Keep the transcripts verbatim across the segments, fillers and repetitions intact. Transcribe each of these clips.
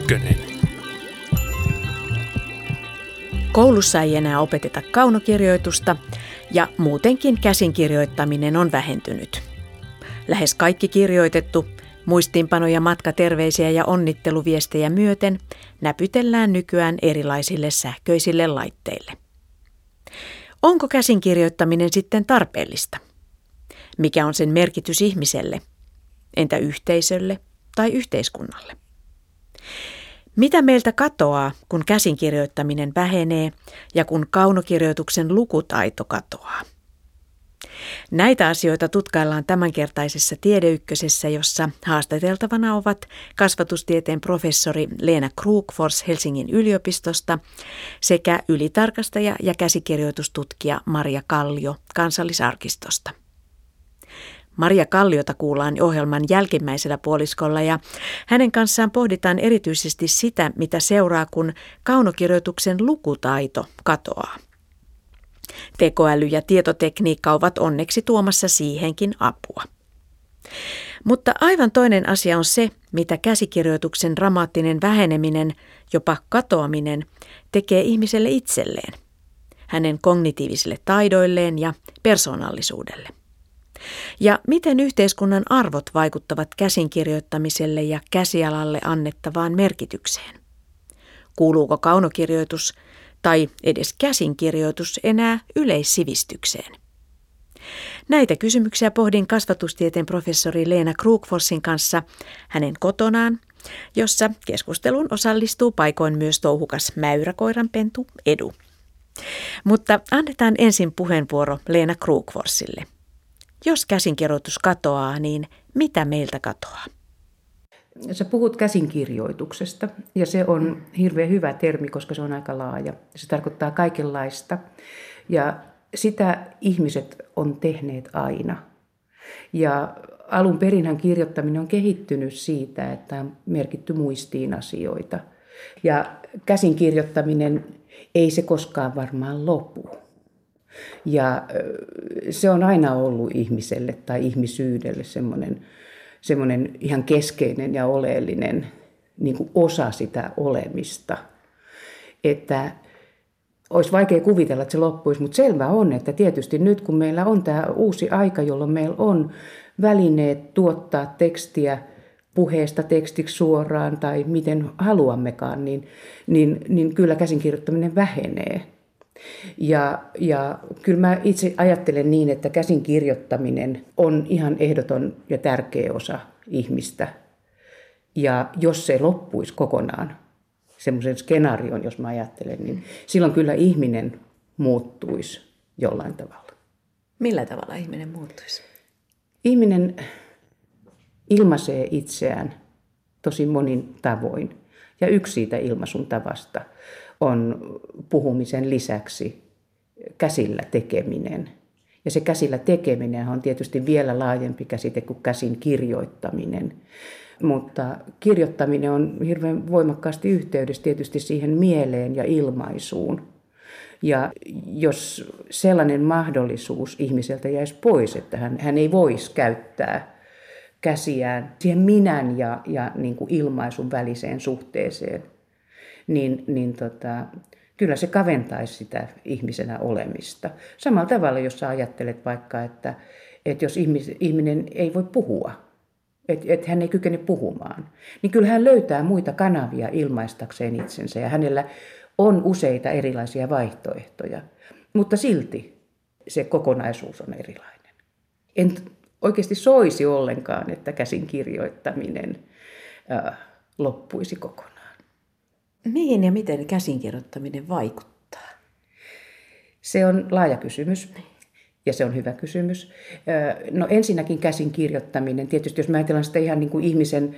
Ykkönen. Koulussa ei enää opeteta kaunokirjoitusta ja muutenkin käsinkirjoittaminen on vähentynyt. Lähes kaikki kirjoitettu, muistiinpanoja, matkaterveisiä ja onnitteluviestejä myöten näpytellään nykyään erilaisille sähköisille laitteille. Onko käsinkirjoittaminen sitten tarpeellista? Mikä on sen merkitys ihmiselle? Entä yhteisölle tai yhteiskunnalle? Mitä meiltä katoaa, kun käsinkirjoittaminen vähenee ja kun kaunokirjoituksen lukutaito katoaa? Näitä asioita tutkaillaan tämänkertaisessa Tiedeykkösessä, jossa haastateltavana ovat kasvatustieteen professori Leena Krokfors Helsingin yliopistosta sekä ylitarkastaja ja käsikirjoitustutkija Maria Kallio Kansallisarkistosta. Maria Kalliota kuullaan ohjelman jälkimmäisellä puoliskolla ja hänen kanssaan pohditaan erityisesti sitä, mitä seuraa, kun kaunokirjoituksen lukutaito katoaa. Tekoäly ja tietotekniikka ovat onneksi tuomassa siihenkin apua. Mutta aivan toinen asia on se, mitä käsikirjoituksen dramaattinen väheneminen, jopa katoaminen, tekee ihmiselle itselleen, hänen kognitiivisille taidoilleen ja persoonallisuudelle. Ja miten yhteiskunnan arvot vaikuttavat käsinkirjoittamiselle ja käsialalle annettavaan merkitykseen? Kuuluuko kaunokirjoitus tai edes käsinkirjoitus enää yleissivistykseen? Näitä kysymyksiä pohdin kasvatustieteen professori Leena Krokforsin kanssa hänen kotonaan, jossa keskusteluun osallistuu paikoin myös touhukas mäyräkoiranpentu Edu. Mutta annetaan ensin puheenvuoro Leena Krokforsille. Jos käsinkirjoitus katoaa, niin mitä meiltä katoaa? Sä puhut käsinkirjoituksesta ja se on hirveän hyvä termi, koska se on aika laaja. Se tarkoittaa kaikenlaista ja sitä ihmiset on tehneet aina. Ja alun perinhän kirjoittaminen on kehittynyt siitä, että on merkitty muistiin asioita. Ja käsinkirjoittaminen ei se koskaan varmaan lopu. Ja se on aina ollut ihmiselle tai ihmisyydelle semmoinen, semmoinen ihan keskeinen ja oleellinen niin kuin osa sitä olemista. Että olisi vaikea kuvitella, että se loppuisi, mutta selvä on, että tietysti nyt kun meillä on tämä uusi aika, jolloin meillä on välineet tuottaa tekstiä puheesta tekstiksi suoraan tai miten haluammekaan, niin, niin, niin kyllä käsinkirjoittaminen vähenee. Ja, ja kyllä mä itse ajattelen niin, että käsinkirjoittaminen on ihan ehdoton ja tärkeä osa ihmistä. Ja jos se loppuisi kokonaan, semmoisen skenaarion, jos mä ajattelen, niin silloin kyllä ihminen muuttuisi jollain tavalla. Millä tavalla ihminen muuttuisi? Ihminen ilmaisee itseään tosi monin tavoin. Ja yksi siitä ilmaisun tavasta on puhumisen lisäksi käsillä tekeminen. Ja se käsillä tekeminen on tietysti vielä laajempi käsite kuin käsin kirjoittaminen. Mutta kirjoittaminen on hirveän voimakkaasti yhteydessä tietysti siihen mieleen ja ilmaisuun. Ja jos sellainen mahdollisuus ihmiseltä jäisi pois, että hän, hän ei voisi käyttää käsiään siihen minän ja, ja niin kuin ilmaisun väliseen suhteeseen, niin, niin tota, kyllä se kaventaisi sitä ihmisenä olemista. Samalla tavalla, jos sä ajattelet vaikka, että, että jos ihmis, ihminen ei voi puhua, että, että hän ei kykene puhumaan, niin kyllä hän löytää muita kanavia ilmaistakseen itsensä ja hänellä on useita erilaisia vaihtoehtoja, mutta silti se kokonaisuus on erilainen. En oikeasti soisi ollenkaan, että käsin kirjoittaminen äh, loppuisi kokonaan. Mihin ja miten käsinkirjoittaminen vaikuttaa? Se on laaja kysymys ja se on hyvä kysymys. No ensinnäkin käsinkirjoittaminen, tietysti jos mä ajatellaan sitä ihan niin kuin ihmisen,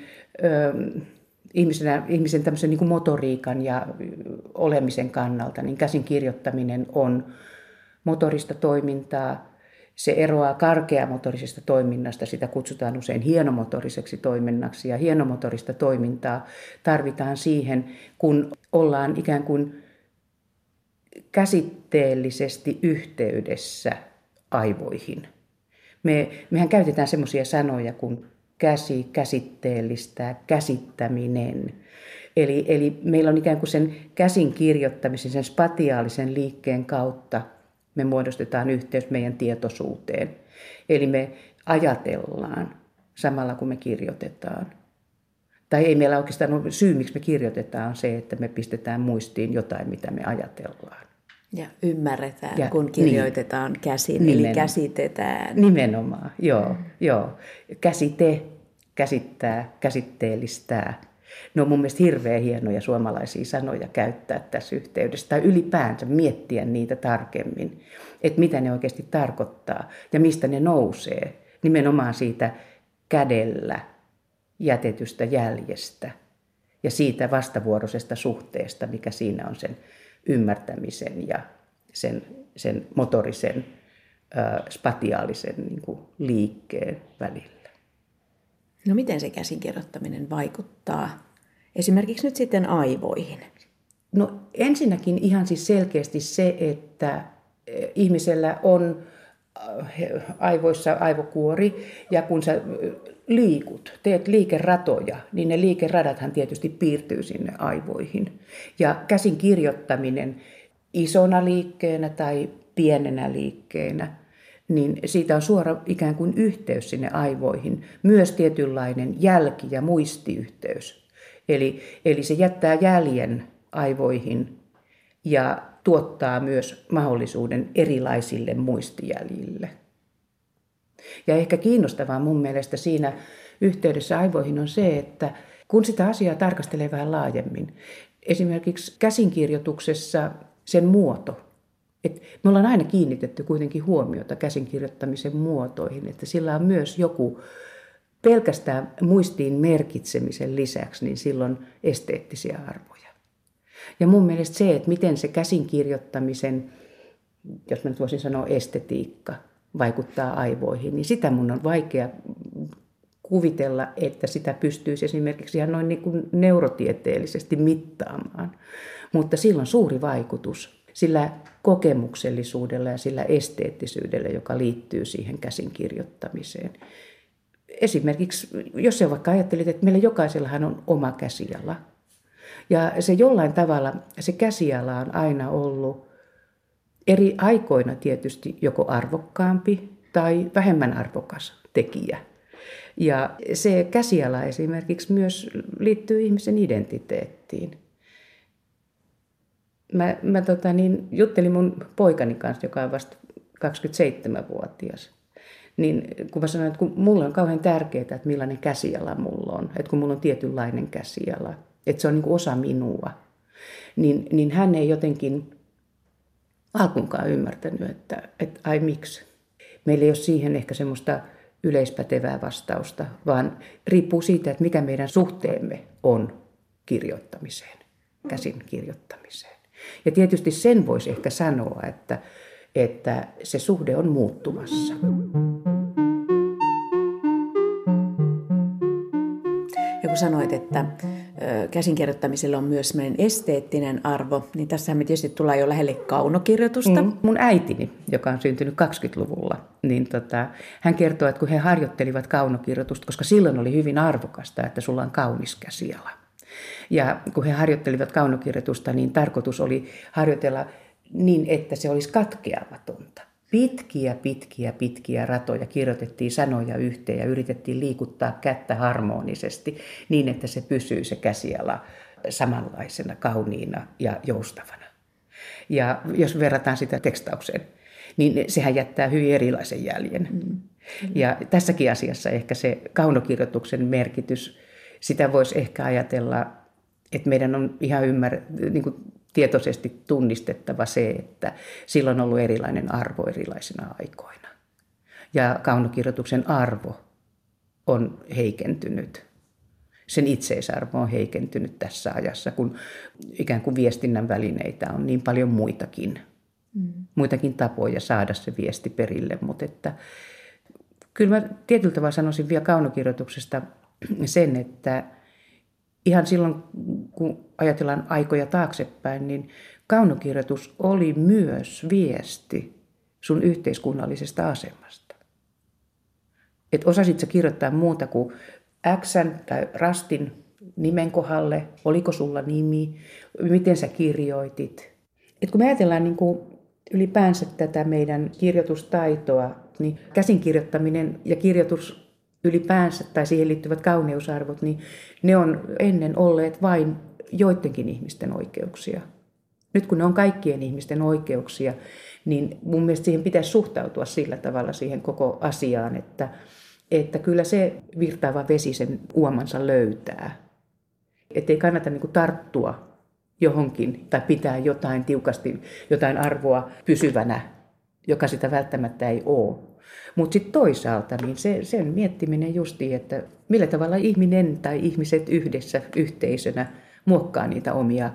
ihmisenä, ihmisen tämmöisen niin kuin motoriikan ja olemisen kannalta, niin käsinkirjoittaminen on motorista toimintaa. Se eroaa karkeamotorisesta toiminnasta, sitä kutsutaan usein hienomotoriseksi toiminnaksi ja hienomotorista toimintaa tarvitaan siihen, kun ollaan ikään kuin käsitteellisesti yhteydessä aivoihin. Me, mehän käytetään semmoisia sanoja kuin käsi, käsitteellistää, käsittäminen, Eli, eli meillä on ikään kuin sen käsin kirjoittamisen, sen spatiaalisen liikkeen kautta me muodostetaan yhteys meidän tietoisuuteen. Eli me ajatellaan samalla kun me kirjoitetaan. Tai ei meillä oikeastaan ole syy, miksi me kirjoitetaan, on se, että me pistetään muistiin jotain, mitä me ajatellaan. Ja ymmärretään, ja, kun niin, kirjoitetaan käsin, nimenomaan. eli käsitetään. Nimenomaan, joo, mm. joo. Käsite, käsittää, käsitteellistää. Ne on mun mielestä hirveän hienoja suomalaisia sanoja käyttää tässä yhteydessä. Tai ylipäänsä miettiä niitä tarkemmin, että mitä ne oikeasti tarkoittaa ja mistä ne nousee. Nimenomaan siitä kädellä jätetystä jäljestä ja siitä vastavuoroisesta suhteesta, mikä siinä on sen ymmärtämisen ja sen, sen motorisen, äh, spatiaalisen niin kuin liikkeen välillä. No miten se käsinkirjoittaminen vaikuttaa esimerkiksi nyt sitten aivoihin? No ensinnäkin ihan siis selkeästi se, että ihmisellä on aivoissa aivokuori ja kun sä liikut, teet liikeratoja, niin ne liikeradathan tietysti piirtyy sinne aivoihin. Ja käsin kirjoittaminen isona liikkeenä tai pienenä liikkeenä, niin siitä on suora ikään kuin yhteys sinne aivoihin. Myös tietynlainen jälki- ja muistiyhteys. Eli, eli se jättää jäljen aivoihin ja tuottaa myös mahdollisuuden erilaisille muistijäljille. Ja ehkä kiinnostavaa mun mielestä siinä yhteydessä aivoihin on se, että kun sitä asiaa tarkastelee vähän laajemmin, esimerkiksi käsinkirjoituksessa sen muoto, et me ollaan aina kiinnitetty kuitenkin huomiota käsinkirjoittamisen muotoihin, että sillä on myös joku pelkästään muistiin merkitsemisen lisäksi, niin silloin esteettisiä arvoja. Ja mun mielestä se, että miten se käsinkirjoittamisen, jos mä nyt voisin sanoa estetiikka, vaikuttaa aivoihin, niin sitä mun on vaikea kuvitella, että sitä pystyisi esimerkiksi ihan noin niin kuin neurotieteellisesti mittaamaan. Mutta sillä on suuri vaikutus sillä kokemuksellisuudella ja sillä esteettisyydellä, joka liittyy siihen käsinkirjoittamiseen. Esimerkiksi, jos sä vaikka ajattelit, että meillä jokaisellahan on oma käsiala. Ja se jollain tavalla, se käsiala on aina ollut eri aikoina tietysti joko arvokkaampi tai vähemmän arvokas tekijä. Ja se käsiala esimerkiksi myös liittyy ihmisen identiteettiin. Mä, mä tota niin, juttelin mun poikani kanssa, joka on vasta kaksikymmentäseitsemänvuotias. Niin kun mä sanoin, että kun mulle on kauhean tärkeää, että millainen käsiala mulla on, että kun mulla on tietynlainen käsiala, että se on niin kuin osa minua, niin, niin hän ei jotenkin alkuunkaan ymmärtänyt, että, että ai miksi. Meillä ei ole siihen ehkä semmoista yleispätevää vastausta, vaan riippuu siitä, että mikä meidän suhteemme on kirjoittamiseen, käsin kirjoittamiseen. Ja tietysti sen voisi ehkä sanoa, että, että se suhde on muuttumassa. Ja kun sanoit, että käsinkirjoittamisella on myös sellainen esteettinen arvo, niin tässä me tietysti tullaan jo lähelle kaunokirjoitusta. Mm. Mun äitini, joka on syntynyt kaksikymmentäluvulla, niin tota, hän kertoo, että kun he harjoittelivat kaunokirjoitusta, koska silloin oli hyvin arvokasta, että sulla on kaunis käsiala. Ja kun he harjoittelivat kaunokirjoitusta, niin tarkoitus oli harjoitella niin, että se olisi katkeamatonta. Pitkiä, pitkiä, pitkiä ratoja kirjoitettiin sanoja yhteen ja yritettiin liikuttaa kättä harmonisesti niin, että se pysyy se käsiala samanlaisena, kauniina ja joustavana. Ja jos verrataan sitä tekstaukseen, niin sehän jättää hyvin erilaisen jäljen. Mm. Ja tässäkin asiassa ehkä se kaunokirjoituksen merkitys, sitä voisi ehkä ajatella, että meidän on ihan ymmär, niin kuin tietoisesti tunnistettava se, että sillä on ollut erilainen arvo erilaisina aikoina. Ja kaunokirjoituksen arvo on heikentynyt. Sen itseisarvo on heikentynyt tässä ajassa, kun ikään kuin viestinnän välineitä on niin paljon muitakin. Mm. Muitakin tapoja saada se viesti perille. Mutta että, kyllä mä tietyllä tavalla sanoisin vielä kaunokirjoituksesta sen, että ihan silloin, kun ajatellaan aikoja taaksepäin, niin kaunokirjoitus oli myös viesti sun yhteiskunnallisesta asemasta. Et osasit sä kirjoittaa muuta kuin X:n tai rastin nimen kohdalle, oliko sulla nimi, miten sä kirjoitit. Et kun me ajatellaan niin kuin ylipäänsä tätä meidän kirjoitustaitoa, niin käsinkirjoittaminen ja kirjoitus ylipäänsä tai siihen liittyvät kauneusarvot, niin ne on ennen olleet vain joidenkin ihmisten oikeuksia. Nyt kun ne on kaikkien ihmisten oikeuksia, niin mun mielestä siihen pitäisi suhtautua sillä tavalla siihen koko asiaan, että, että kyllä se virtaava vesi sen uomansa löytää. Että ei kannata niin kuin tarttua johonkin tai pitää jotain tiukasti, jotain arvoa pysyvänä, joka sitä välttämättä ei ole. Mutta sitten toisaalta niin se, sen miettiminen justiin, että millä tavalla ihminen tai ihmiset yhdessä yhteisönä muokkaa niitä omia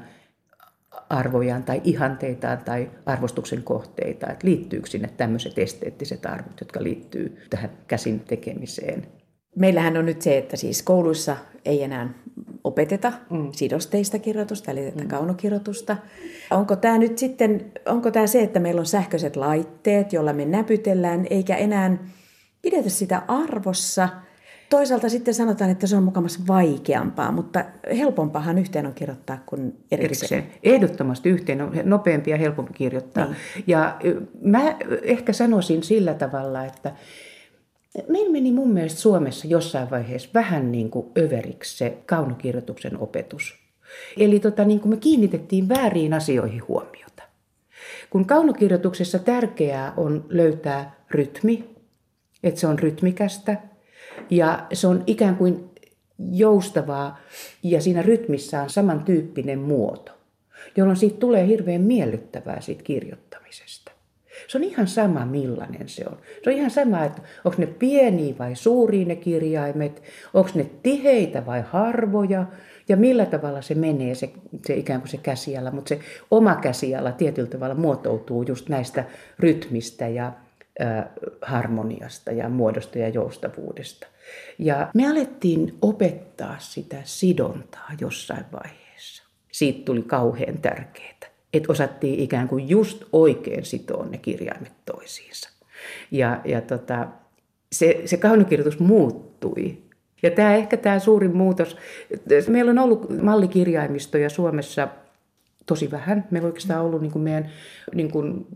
arvojaan tai ihanteitaan tai arvostuksen kohteita. Että liittyykö sinne tämmöiset esteettiset arvot, jotka liittyy tähän käsin tekemiseen. Meillähän on nyt se, että siis kouluissa ei enää opeteta mm. sidosteista kirjoitusta, eli tätä mm. kaunokirjoitusta. Onko tämä nyt sitten, onko tämä se, että meillä on sähköiset laitteet, joilla me näpytellään, eikä enää pidetä sitä arvossa? Toisaalta sitten sanotaan, että se on mukamassa vaikeampaa, mutta helpompaahan yhteen on kirjoittaa kuin erikseen. Ehdottomasti yhteen on nopeampi ja helpompi kirjoittaa. Niin. Ja mä ehkä sanoisin sillä tavalla, että meillä meni mun mielestä Suomessa jossain vaiheessa vähän niin kuin överiksi se kaunokirjoituksen opetus. Eli tota, niin kuin me kiinnitettiin vääriin asioihin huomiota. Kun kaunokirjoituksessa tärkeää on löytää rytmi, että se on rytmikästä ja se on ikään kuin joustavaa ja siinä rytmissä on samantyyppinen muoto, jolloin siitä tulee hirveän miellyttävää siitä kirjoittamisesta. Se on ihan sama, millainen se on. Se on ihan sama, että onko ne pieniä vai suuria ne kirjaimet, onko ne tiheitä vai harvoja ja millä tavalla se menee, se, se ikään kuin se käsiala. Mutta se oma käsiala tietyllä tavalla muotoutuu just näistä rytmistä ja äh, harmoniasta ja muodosta ja joustavuudesta. Ja me alettiin opettaa sitä sidontaa jossain vaiheessa. Siitä tuli kauhean tärkeää. Että osattiin ikään kuin just oikein sitoa ne kirjaimet toisiinsa. Ja, ja tota, se, se kaunokirjoitus muuttui. Ja tämä ehkä tämä suurin muutos, meillä on ollut mallikirjaimistoja Suomessa tosi vähän. Meillä on oikeastaan ollut niin kuin meidän niin kuin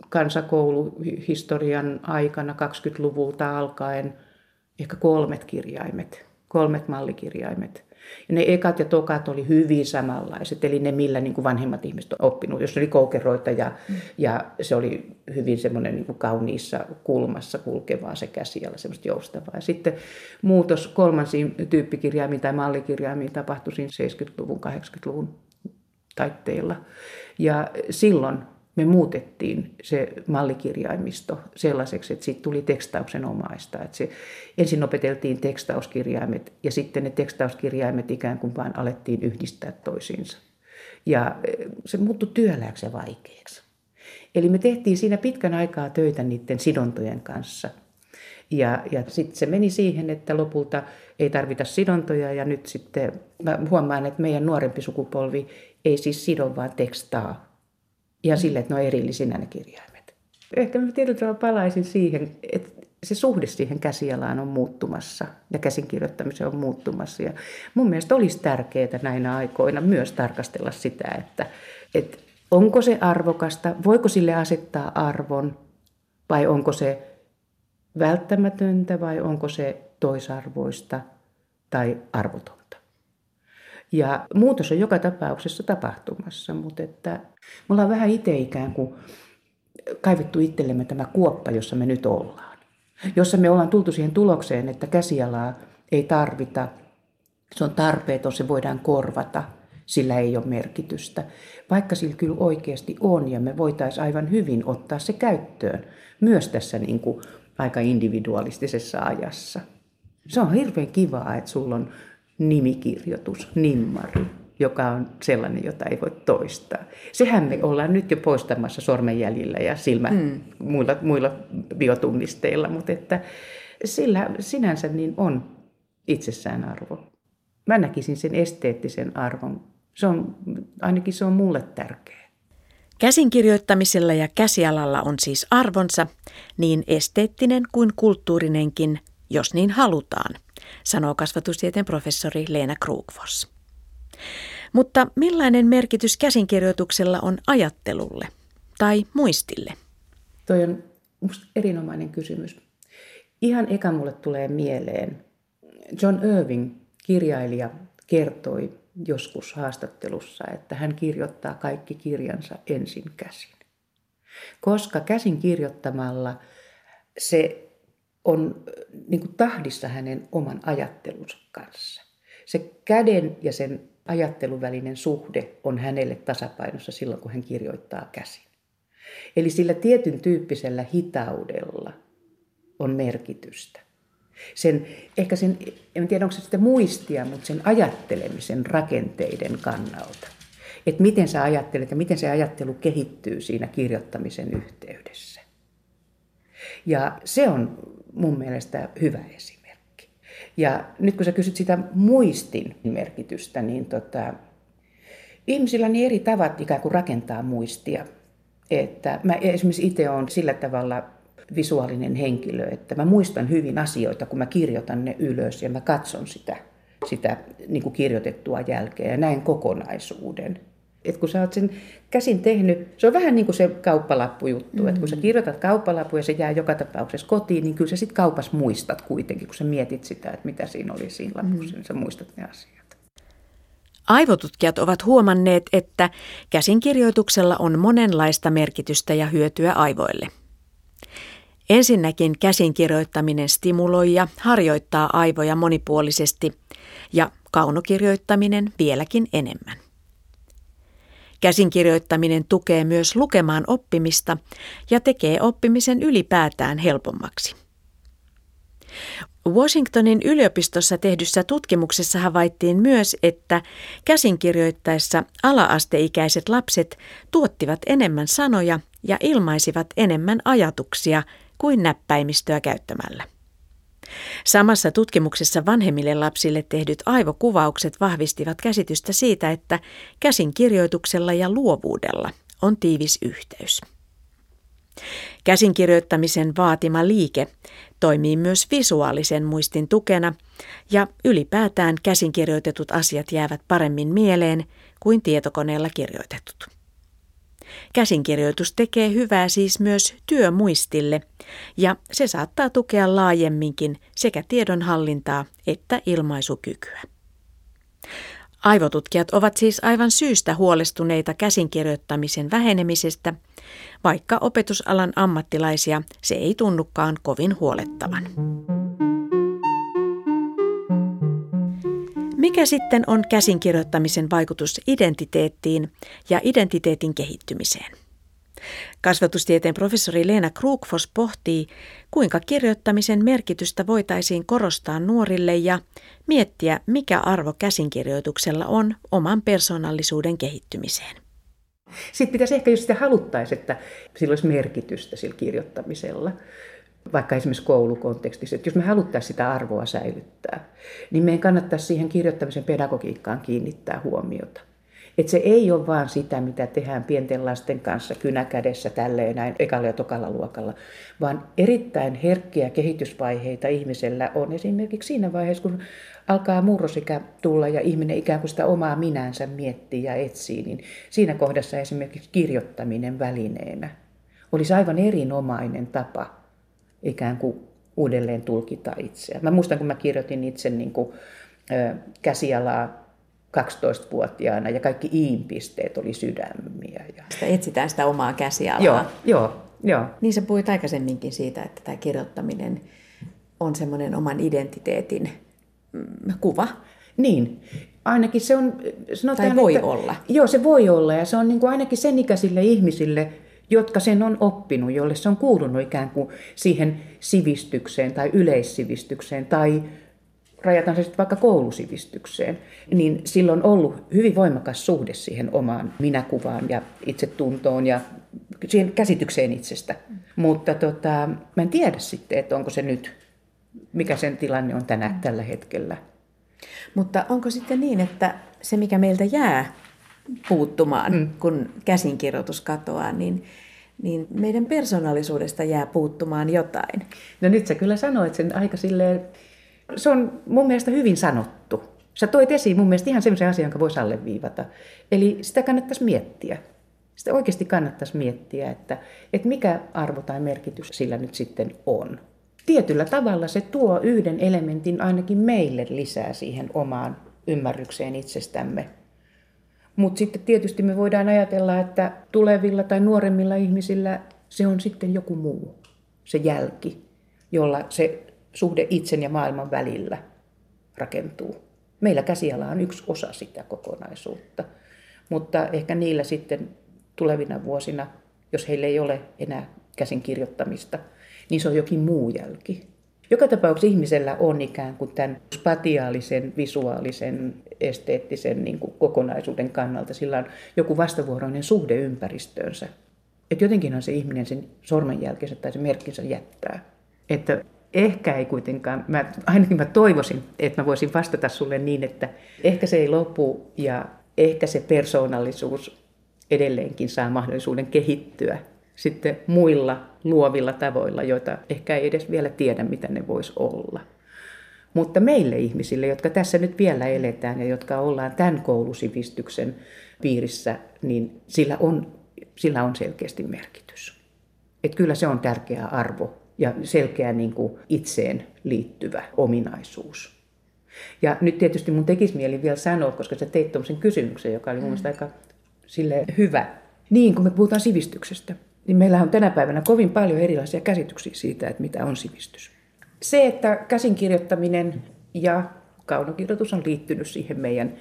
kansakouluhistorian aikana kaksikymmentäluvulta alkaen ehkä kolmet kirjaimet, kolmet mallikirjaimet. Ja ne ekat ja tokat oli hyvin samanlaiset, eli ne millä niin kuin vanhemmat ihmiset on oppinut. Jos ne oli koukeroita ja, mm. ja se oli hyvin semmoinen niin kuin kauniissa kulmassa kulkevaa se käsiala, semmoista joustavaa. Ja sitten muutos kolmansiin tyyppikirjaimiin tai mallikirjaimiin tapahtui siinä seitsemänkymmentäluvun, kahdeksankymmentäluvun taitteilla. Ja silloin me muutettiin se mallikirjaimisto sellaiseksi, että siitä tuli tekstauksen omaista. Että se, ensin opeteltiin tekstauskirjaimet ja sitten ne tekstauskirjaimet ikään kuin vaan alettiin yhdistää toisiinsa. Ja se muuttui työlääksi ja vaikeaksi. Eli me tehtiin siinä pitkän aikaa töitä niiden sidontojen kanssa. Ja, ja sitten se meni siihen, että lopulta ei tarvita sidontoja ja nyt sitten mä huomaan, että meidän nuorempi sukupolvi ei siis sido vaan tekstaa. Ja sille, että ne on erillisinä ne kirjaimet. Ehkä mä tietyllä tavalla palaisin siihen, että se suhde siihen käsialaan on muuttumassa ja käsinkirjoittamiseen on muuttumassa. Ja mun mielestä olisi tärkeää näinä aikoina myös tarkastella sitä, että, että onko se arvokasta, voiko sille asettaa arvon vai onko se välttämätöntä vai onko se toisarvoista tai arvotonta. Ja muutos on joka tapauksessa tapahtumassa, mutta että me ollaan vähän itse ikään kuin kaivettu itsellemme tämä kuoppa, jossa me nyt ollaan. Jossa me ollaan tultu siihen tulokseen, että käsialaa ei tarvita, se on tarpeeton, se voidaan korvata, sillä ei ole merkitystä. Vaikka sillä kyllä oikeasti on ja me voitaisiin aivan hyvin ottaa se käyttöön myös tässä niin kuin aika individualistisessa ajassa. Se on hirveän kivaa, että sulla on nimikirjoitus, nimmari, joka on sellainen, jota ei voi toistaa. Sehän me ollaan nyt jo poistamassa sormenjäljillä ja silmä mm. muilla, muilla biotunnisteilla, mutta että sillä sinänsä niin on itsessään arvo. Mä näkisin sen esteettisen arvon. Se on, ainakin se on mulle tärkeä. Käsinkirjoittamisella ja käsialalla on siis arvonsa, niin esteettinen kuin kulttuurinenkin, jos niin halutaan, sanoo kasvatustieteen professori Leena Krugfors. Mutta millainen merkitys käsinkirjoituksella on ajattelulle tai muistille? Toi on musta erinomainen kysymys. Ihan eka mulle tulee mieleen. John Irving, kirjailija, kertoi joskus haastattelussa, että hän kirjoittaa kaikki kirjansa ensin käsin. Koska käsin kirjoittamalla se on niin kuin tahdissa hänen oman ajattelunsa kanssa. Se käden ja sen ajattelun välinen suhde on hänelle tasapainossa silloin, kun hän kirjoittaa käsin. Eli sillä tietyn tyyppisellä hitaudella on merkitystä. Sen, ehkä sen, en tiedä onko se sitä muistia, mutta sen ajattelemisen rakenteiden kannalta. Että miten sä ajattelet ja miten se ajattelu kehittyy siinä kirjoittamisen yhteydessä. Ja se on mun mielestä hyvä esimerkki. Ja nyt kun sä kysyt sitä muistin merkitystä, niin tota, ihmisillä on niin eri tavat ikään kuin rakentaa muistia. Että mä esimerkiksi itse olen sillä tavalla visuaalinen henkilö, että mä muistan hyvin asioita, kun mä kirjoitan ne ylös ja mä katson sitä, sitä niin kuin kirjoitettua jälkeen ja näen kokonaisuuden. Et kun sä oot sen käsin tehnyt, se on vähän niin kuin se kauppalappujuttu, mm-hmm. että kun sä kirjoitat kauppalappu ja se jää joka tapauksessa kotiin, niin kyllä sä sit kaupas muistat kuitenkin, kun sä mietit sitä, että mitä siinä oli siinä lapussa, mm-hmm. niin sä muistat ne asiat. Aivotutkijat ovat huomanneet, että käsinkirjoituksella on monenlaista merkitystä ja hyötyä aivoille. Ensinnäkin käsinkirjoittaminen stimuloi ja harjoittaa aivoja monipuolisesti ja kaunokirjoittaminen vieläkin enemmän. Käsinkirjoittaminen tukee myös lukemaan oppimista ja tekee oppimisen ylipäätään helpommaksi. Washingtonin yliopistossa tehdyssä tutkimuksessa havaittiin myös, että käsinkirjoittaessa ala-asteikäiset lapset tuottivat enemmän sanoja ja ilmaisivat enemmän ajatuksia kuin näppäimistöä käyttämällä. Samassa tutkimuksessa vanhemmille lapsille tehdyt aivokuvaukset vahvistivat käsitystä siitä, että käsinkirjoituksella ja luovuudella on tiivis yhteys. Käsinkirjoittamisen vaatima liike toimii myös visuaalisen muistin tukena ja ylipäätään käsinkirjoitetut asiat jäävät paremmin mieleen kuin tietokoneella kirjoitetut. Käsinkirjoitus tekee hyvää siis myös työmuistille ja se saattaa tukea laajemminkin sekä tiedonhallintaa että ilmaisukykyä. Aivotutkijat ovat siis aivan syystä huolestuneita käsinkirjoittamisen vähenemisestä, vaikka opetusalan ammattilaisia se ei tunnukaan kovin huolettavan. Mikä sitten on käsinkirjoittamisen vaikutus identiteettiin ja identiteetin kehittymiseen? Kasvatustieteen professori Leena Krugfors pohtii, kuinka kirjoittamisen merkitystä voitaisiin korostaa nuorille ja miettiä, mikä arvo käsinkirjoituksella on oman persoonallisuuden kehittymiseen. Sitten pitäisi ehkä, jos sitä haluttaisiin, että sillä olisi merkitystä sillä kirjoittamisella, vaikka esimerkiksi koulukontekstissa, että jos me haluttaisiin sitä arvoa säilyttää, niin meidän kannattaisi siihen kirjoittamisen pedagogiikkaan kiinnittää huomiota. Että se ei ole vaan sitä, mitä tehdään pienten lasten kanssa kynäkädessä tälleen näin ekalla ja tokalla luokalla, vaan erittäin herkkiä kehitysvaiheita ihmisellä on esimerkiksi siinä vaiheessa, kun alkaa murrosikä tulla ja ihminen ikään kuin sitä omaa minänsä miettii ja etsii, niin siinä kohdassa esimerkiksi kirjoittaminen välineenä olisi aivan erinomainen tapa ikään kuin uudelleen tulkita itseä. Mä muistan, kun mä kirjoitin itse niin kuin, ö, käsialaa kaksitoistavuotiaana ja kaikki iinpisteet oli sydämiä. Ja... Sitä etsitään sitä omaa käsialaa. Joo, joo, joo. Niin sä puhuit aikaisemminkin siitä, että tämä kirjoittaminen on semmoinen oman identiteetin kuva. Niin, ainakin se on... Sanotaan, tai voi että, olla. Joo, se voi olla ja se on niin kuin ainakin sen ikäisille ihmisille, jotka sen on oppinut, jolle se on kuulunut ikään kuin siihen sivistykseen tai yleissivistykseen tai rajataan se sitten vaikka koulusivistykseen, niin sillä on ollut hyvin voimakas suhde siihen omaan minäkuvaan ja itsetuntoon ja siihen käsitykseen itsestä. Mm. Mutta tota, mä en tiedä sitten, että onko se nyt, mikä sen tilanne on tänä, tällä hetkellä. Mutta onko sitten niin, että se mikä meiltä jää puuttumaan, mm. kun käsinkirjoitus katoaa, niin, niin meidän persoonallisuudesta jää puuttumaan jotain? No nyt sä kyllä sanoit sen aika silleen, se on mun mielestä hyvin sanottu. Sä toit esiin mun mielestä ihan semmoisen asian, jonka voisi alleviivata. Eli sitä kannattaisi miettiä. Sitä oikeasti kannattaisi miettiä, että, että mikä arvo tai merkitys sillä nyt sitten on. Tietyllä tavalla se tuo yhden elementin ainakin meille lisää siihen omaan ymmärrykseen itsestämme. Mutta sitten tietysti me voidaan ajatella, että tulevilla tai nuoremmilla ihmisillä se on sitten joku muu, se jälki, jolla se suhde itsen ja maailman välillä rakentuu. Meillä käsiala on yksi osa sitä kokonaisuutta, mutta ehkä niillä sitten tulevina vuosina, jos heillä ei ole enää käsin kirjoittamista, niin se on jokin muu jälki. Joka tapauksessa ihmisellä on ikään kuin tämän spatiaalisen, visuaalisen, esteettisen niin kuin kokonaisuuden kannalta. Sillä on joku vastavuoroinen suhde ympäristöönsä. Että jotenkinhan se ihminen sen sormenjälkensä tai sen merkkinsä jättää. Että ehkä ei kuitenkaan, mä, ainakin mä toivoisin, että mä voisin vastata sulle niin, että ehkä se ei lopu ja ehkä se persoonallisuus edelleenkin saa mahdollisuuden kehittyä sitten muilla luovilla tavoilla, joita ehkä ei edes vielä tiedä, mitä ne vois olla. Mutta meille ihmisille, jotka tässä nyt vielä eletään ja jotka ollaan tämän koulusivistyksen piirissä, niin sillä on, sillä on selkeästi merkitys. Että kyllä se on tärkeä arvo ja selkeä niin kuin itseen liittyvä ominaisuus. Ja nyt tietysti mun tekisi mieli vielä sanoa, koska sä teit tuollaisen kysymyksen, joka oli mun mielestä aika silleen hyvä. Niin, kun me puhutaan sivistyksestä, niin meillä on tänä päivänä kovin paljon erilaisia käsityksiä siitä, että mitä on sivistys. Se, että käsinkirjoittaminen ja kaunokirjoitus on liittynyt siihen meidän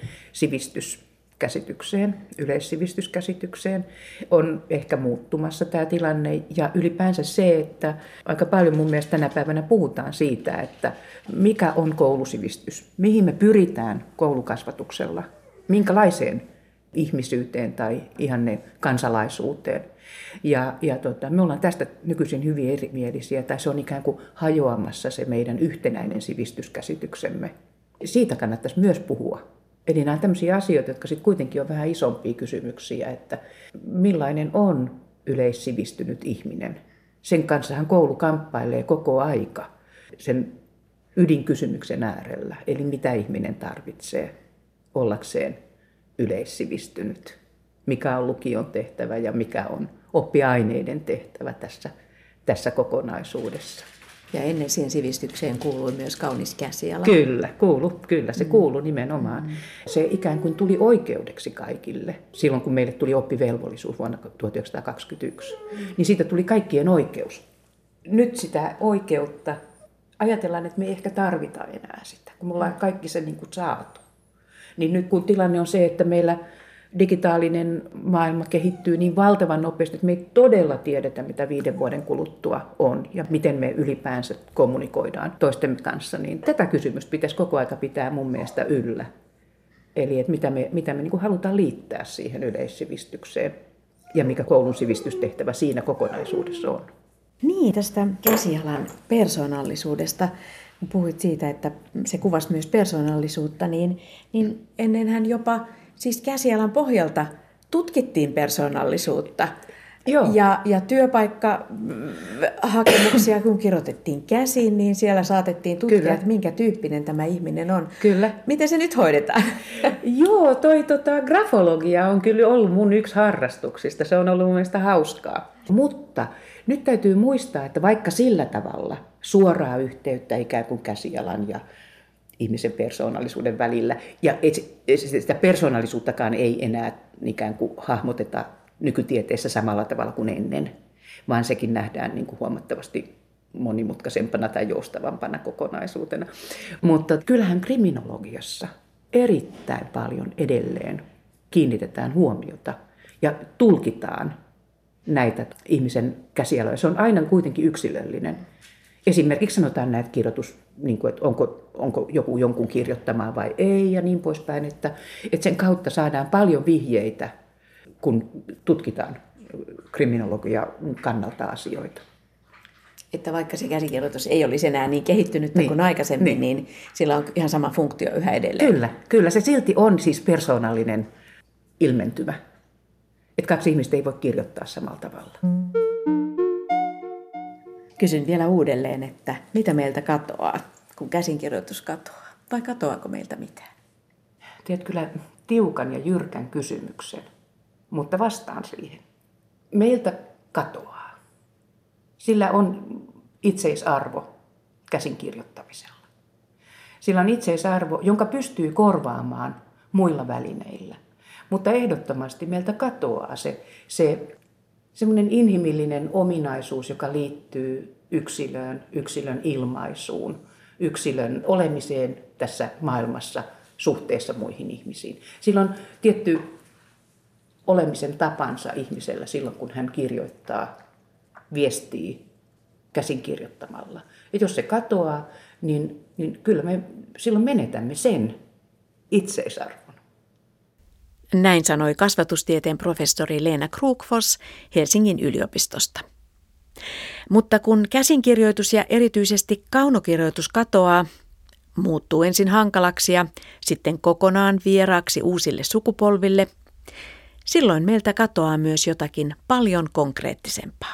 sivistyskäsitykseen, yleissivistyskäsitykseen, on ehkä muuttumassa tämä tilanne. Ja ylipäänsä se, että aika paljon mun mielestä tänä päivänä puhutaan siitä, että mikä on koulusivistys, mihin me pyritään koulukasvatuksella, minkälaiseen ihmisyyteen tai ihanne kansalaisuuteen. Ja, ja tota, me ollaan tästä nykyisin hyvin erimielisiä, tai se on ikään kuin hajoamassa se meidän yhtenäinen sivistyskäsityksemme. Siitä kannattaisi myös puhua. Eli nämä on tämmöisiä asioita, jotka sitten kuitenkin on vähän isompia kysymyksiä, että millainen on yleissivistynyt ihminen. Sen kanssahan koulu kamppailee koko aika sen ydinkysymyksen äärellä, eli mitä ihminen tarvitsee ollakseen yleissivistynyt, mikä on lukion tehtävä ja mikä on oppiaineiden tehtävä tässä, tässä kokonaisuudessa. Ja ennen siihen sivistykseen kuului myös kaunis käsiala. Kyllä, kuulu, kyllä se kuului nimenomaan. Mm. Se ikään kuin tuli oikeudeksi kaikille silloin, kun meille tuli oppivelvollisuus vuonna tuhatyhdeksänsataakaksikymmentäyksi. Mm. Niin siitä tuli kaikkien oikeus. Nyt sitä oikeutta ajatellaan, että me ei ehkä tarvita enää sitä, kun me ollaan kaikki se niin kuin saatu. Niin nyt kun tilanne on se, että meillä digitaalinen maailma kehittyy niin valtavan nopeasti, että me ei todella tiedetä, mitä viiden vuoden kuluttua on ja miten me ylipäänsä kommunikoidaan toistemme kanssa, niin tätä kysymystä pitäisi koko aika pitää mun mielestä yllä. Eli että mitä me, mitä me niin kuin halutaan liittää siihen yleissivistykseen ja mikä koulun sivistystehtävä siinä kokonaisuudessa on. Niin, tästä käsialan persoonallisuudesta, kun puhuit siitä, että se kuvasi myös persoonallisuutta, niin, niin ennenhän jopa siis käsialan pohjalta tutkittiin persoonallisuutta. Joo. Ja, ja työpaikkahakemuksia, kun kirjoitettiin käsin, niin siellä saatettiin tutkia, Kyllä. että minkä tyyppinen tämä ihminen on. Kyllä. Miten se nyt hoidetaan? Joo, toi tota, grafologia on kyllä ollut mun yksi harrastuksista. Se on ollut mun mielestä hauskaa. Mutta nyt täytyy muistaa, että vaikka sillä tavalla suoraa yhteyttä ikään kuin käsialan ja ihmisen persoonallisuuden välillä, ja sitä persoonallisuuttakaan ei enää ikään kuin hahmoteta nykytieteessä samalla tavalla kuin ennen, vaan sekin nähdään niin kuin huomattavasti monimutkaisempana tai joustavampana kokonaisuutena. Mutta kyllähän kriminologiassa erittäin paljon edelleen kiinnitetään huomiota ja tulkitaan näitä ihmisen käsialoja. Se on aina kuitenkin yksilöllinen. Esimerkiksi sanotaan näitä kirjoitus, niin kuin, että onko, onko joku jonkun kirjoittamaa vai ei ja niin poispäin, että, että sen kautta saadaan paljon vihjeitä, kun tutkitaan kriminologian kannalta asioita. Että vaikka se käsikirjoitus ei olisi enää niin kehittynyt niin, kuin aikaisemmin, niin. niin sillä on ihan sama funktio yhä edelleen. Kyllä, kyllä se silti on siis persoonallinen ilmentymä. Että kaksi ihmistä ei voi kirjoittaa samalla tavalla. Kysyn vielä uudelleen, että mitä meiltä katoaa, kun käsinkirjoitus katoaa? Vai katoaako meiltä mitään? teet kyllä tiukan ja jyrkän kysymyksen, mutta vastaan siihen. Meiltä katoaa. Sillä on itseisarvo käsinkirjoittamisella. Sillä on itseisarvo, jonka pystyy korvaamaan muilla välineillä. Mutta ehdottomasti meiltä katoaa se, se semmoinen inhimillinen ominaisuus, joka liittyy yksilöön, yksilön ilmaisuun, yksilön olemiseen tässä maailmassa suhteessa muihin ihmisiin. Sillä on tietty olemisen tapansa ihmisellä silloin, kun hän kirjoittaa, viestii käsin kirjoittamalla. Ja jos se katoaa, niin, niin kyllä me silloin menetämme sen itseisarvon. Näin sanoi kasvatustieteen professori Leena Krukfors Helsingin yliopistosta. Mutta kun käsinkirjoitus ja erityisesti kaunokirjoitus katoaa, muuttuu ensin hankalaksi ja sitten kokonaan vieraaksi uusille sukupolville, silloin meiltä katoaa myös jotakin paljon konkreettisempaa.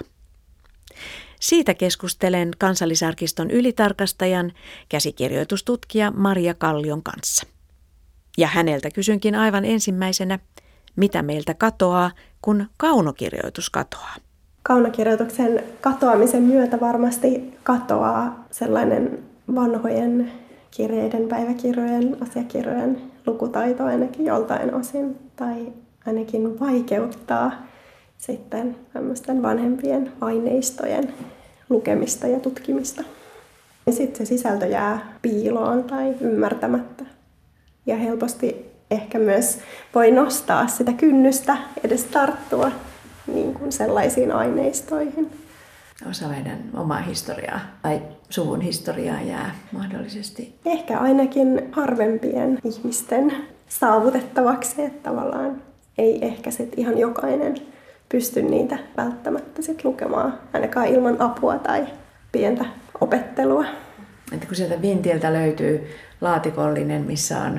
Siitä keskustelen Kansallisarkiston ylitarkastajan, käsikirjoitustutkija Maria Kallion kanssa. Ja häneltä kysynkin aivan ensimmäisenä, mitä meiltä katoaa, kun kaunokirjoitus katoaa. Kaunokirjoituksen katoamisen myötä varmasti katoaa sellainen vanhojen kirjeiden, päiväkirjojen, asiakirjojen lukutaito ainakin joltain osin, tai ainakin vaikeuttaa sitten tämmöisten vanhempien aineistojen lukemista ja tutkimista. Ja sitten se sisältö jää piiloon tai ymmärtämättä. Ja helposti ehkä myös voi nostaa sitä kynnystä edes tarttua niin kuin sellaisiin aineistoihin. Osa meidän omaa historiaa tai suvun historiaa jää mahdollisesti. Ehkä ainakin harvempien ihmisten saavutettavaksi, että tavallaan ei ehkä sit ihan jokainen pysty niitä välttämättä sit lukemaan, ainakaan ilman apua tai pientä opettelua. Että kun sieltä vintiltä löytyy laatikollinen, missä on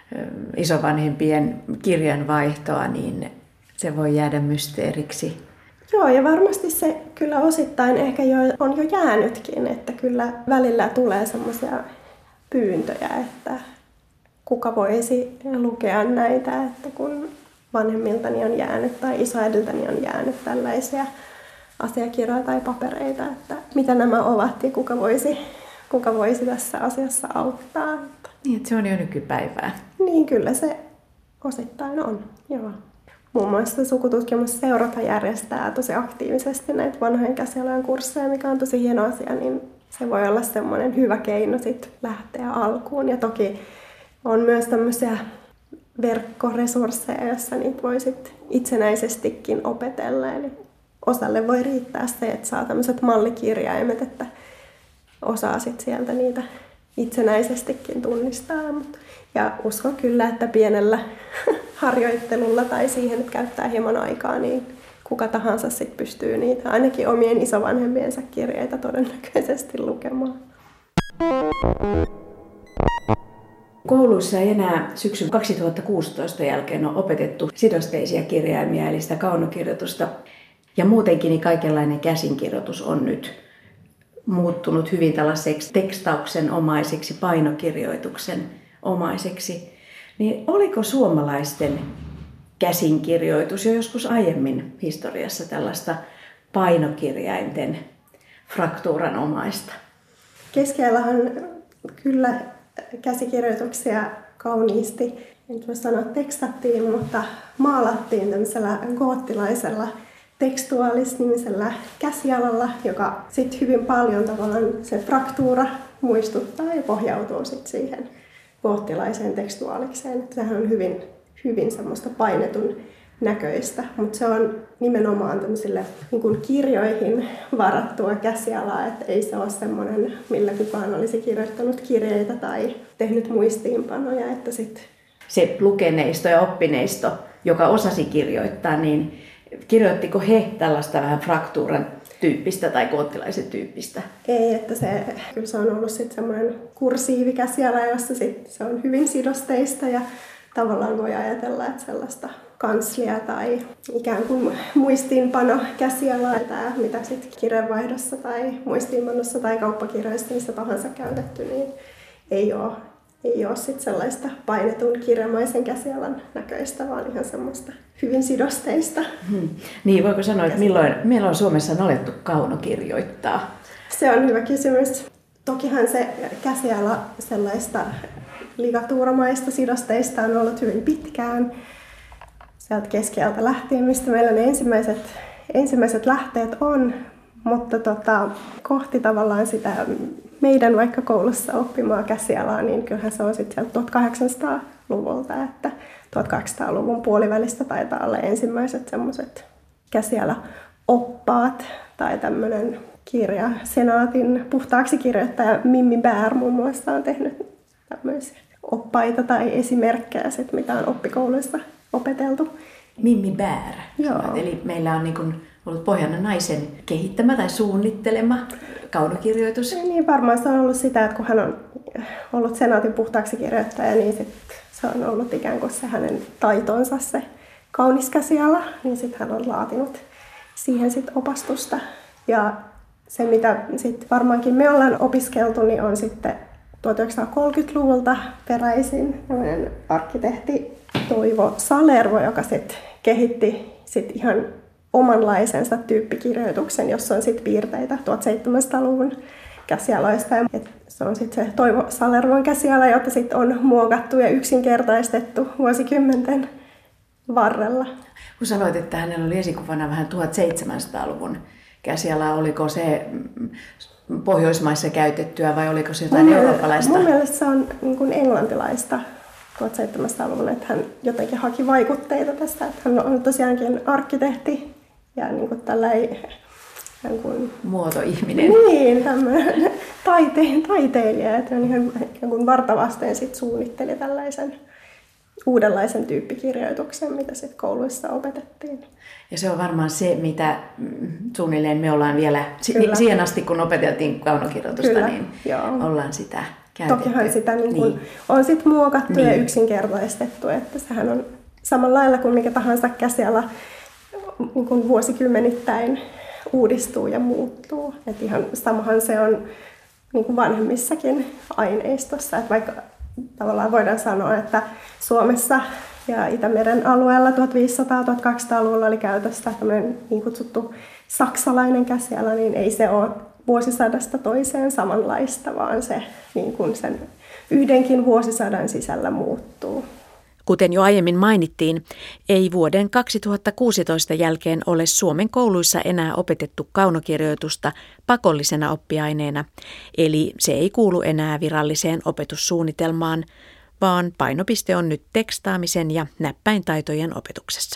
isovanhempien kirjanvaihtoa, niin se voi jäädä mysteeriksi. Joo, ja varmasti se kyllä osittain ehkä jo, on jo jäänytkin, että kyllä välillä tulee semmoisia pyyntöjä, että kuka voisi lukea näitä, että kun vanhemmiltani on jäänyt tai isoäidiltäni on jäänyt tällaisia asiakirjoja tai papereita, että mitä nämä ovat ja kuka voisi, kuka voisi tässä asiassa auttaa. Niin, että se on jo nykypäivää. Niin, kyllä se osittain on, joo. Muun muassa Sukututkimusseurata järjestää tosi aktiivisesti näitä vanhojen käsialojen kursseja, mikä on tosi hieno asia, niin se voi olla semmoinen hyvä keino sit lähteä alkuun. Ja toki on myös tämmöisiä verkkoresursseja, joissa niitä voi sit itsenäisestikin opetella. Eli osalle voi riittää se, että saa tämmöiset mallikirjaimet, että osaa sit sieltä niitä itsenäisestikin tunnistaa. Ja uskon kyllä, että pienellä harjoittelulla tai siihen, että käyttää hieman aikaa, niin kuka tahansa sit pystyy niitä ainakin omien isovanhempiensa kirjeitä todennäköisesti lukemaan. Kouluissa ei enää syksyn kaksituhattakuusitoista jälkeen ole opetettu sidosteisia kirjaimia, eli sitä kaunokirjoitusta. Ja muutenkin niin kaikenlainen käsinkirjoitus on nyt muuttunut hyvin tällaiseksi tekstauksen omaiseksi, painokirjoituksen omaiseksi. Niin oliko suomalaisten käsinkirjoitus jo joskus aiemmin historiassa tällaista painokirjainten fraktuuran omaista? Keskiajallahan kyllä käsikirjoituksia kauniisti, en voi sanoa tekstattiin, mutta maalattiin tämmöisellä goottilaisella tekstuaalis-nimisellä käsialalla, joka sitten hyvin paljon tavallaan se fraktuura muistuttaa ja pohjautuu sitten siihen goottilaiseen tekstuaalikseen. Sehän on hyvin, hyvin semmoista painetun näköistä, mutta se on nimenomaan tämmöisille niin kuin kirjoihin varattua käsialaa, että ei se ole semmoinen, millä kukaan olisi kirjoittanut kirjeitä tai tehnyt muistiinpanoja. Että sit se lukeneisto ja oppineisto, joka osasi kirjoittaa, niin kirjoittiko he tällaista vähän fraktuuran tyyppistä tai goottilaisen tyyppistä? Ei, että se, kyllä se on ollut sitten semmoinen kursiivikäsiala, jossa sit se on hyvin sidosteista ja tavallaan voi ajatella, että sellaista kanslia tai ikään kuin muistiinpano käsialaa, mitä sitten kirjeenvaihdossa tai muistiinpanossa tai kauppakirjoissa, missä tahansa käytetty, niin ei ole ei ole sit sellaista painetun kirjamaisen käsialan näköistä, vaan ihan semmoista hyvin sidosteista. Hmm. Niin, voiko sanoa, että milloin, milloin Suomessa on alettu kaunokirjoittaa? Se on hyvä kysymys. Tokihan se käsiala sellaista ligatuuramaista sidosteista on ollut hyvin pitkään. Sieltä keskiajalta lähtien, mistä meillä ne ensimmäiset, ensimmäiset lähteet on. Mutta tota, kohti tavallaan sitä meidän vaikka koulussa oppimaa käsialaa, niin kyllähän se on sitten sieltä tuhatkahdeksansataaluvulta, että tuhatkahdeksansataaluvun puolivälistä taitaa olla ensimmäiset semmoiset käsialaoppaat tai tämmöinen kirja. Senaatin puhtaaksi kirjoittaja Mimmi Bär muun muassa on tehnyt tämmöisiä oppaita tai esimerkkejä, sit, mitä on oppikouluissa opeteltu. Mimmi Bär. Joo. Eli meillä on niin kun ollut pohjana naisen kehittämä tai suunnittelema kaunokirjoitus. Niin varmaan se on ollut sitä, että kun hän on ollut senaatin puhtaaksi kirjoittaja, niin sit se on ollut ikään kuin se hänen taitonsa, se kaunis käsiala, niin sitten hän on laatinut siihen sit opastusta. Ja se, mitä sit varmaankin me ollaan opiskeltu, niin on sitten tuhatyhdeksänsataakolmekymmentäluvulta peräisin tämmöinen arkkitehti Toivo Salervo, joka sitten kehitti sit ihan omanlaisensa tyyppikirjoituksen, jossa on sitten piirteitä tuhatseitsemänsataaluvun käsialoista. Et se on sitten se Toivo Salervon käsiala, jota sitten on muokattu ja yksinkertaistettu vuosikymmenten varrella. Kun sanoit, että hänellä oli esikuvana vähän tuhatseitsemänsataaluvun käsiala, oliko se Pohjoismaissa käytettyä vai oliko se jotain mun eurooppalaista? Mun mielestä se on niin kuin englantilaista tuhatseitsemänsataaluvun, että hän jotenkin haki vaikutteita tästä. Että hän on tosiaankin arkkitehti ja niin kuin tällainen kuin muotoihminen. Niin, tämmöinen taite- taiteilija, että hän ihan kuin vartavasten sit suunnitteli tällaisen uudenlaisen tyyppikirjoituksen, mitä sitten kouluissa opetettiin. Ja se on varmaan se, mitä suunnilleen me ollaan vielä, Kyllä. siihen asti kun opeteltiin kaunokirjoitusta, Kyllä, niin joo. ollaan sitä käytetty. Tokihan sitä niin kuin niin. on sit muokattu niin. ja yksinkertaistettu, että sehän on samalla lailla kuin mikä tahansa käsiala niin kuin vuosikymmenittäin uudistuu ja muuttuu. Et ihan samahan se on niin kuin vanhemmissakin aineistossa, että vaikka tavallaan voidaan sanoa, että Suomessa ja Itämeren alueella tuhatviisisataa-tuhatkaksisataaluvulla oli käytössä tämmöinen niin kutsuttu saksalainen käsiala, niin ei se ole vuosisadasta toiseen samanlaista, vaan se niin kuin sen yhdenkin vuosisadan sisällä muuttuu. Kuten jo aiemmin mainittiin, ei vuoden kaksituhattakuusitoista jälkeen ole Suomen kouluissa enää opetettu kaunokirjoitusta pakollisena oppiaineena, eli se ei kuulu enää viralliseen opetussuunnitelmaan, vaan painopiste on nyt tekstaamisen ja näppäintaitojen opetuksessa.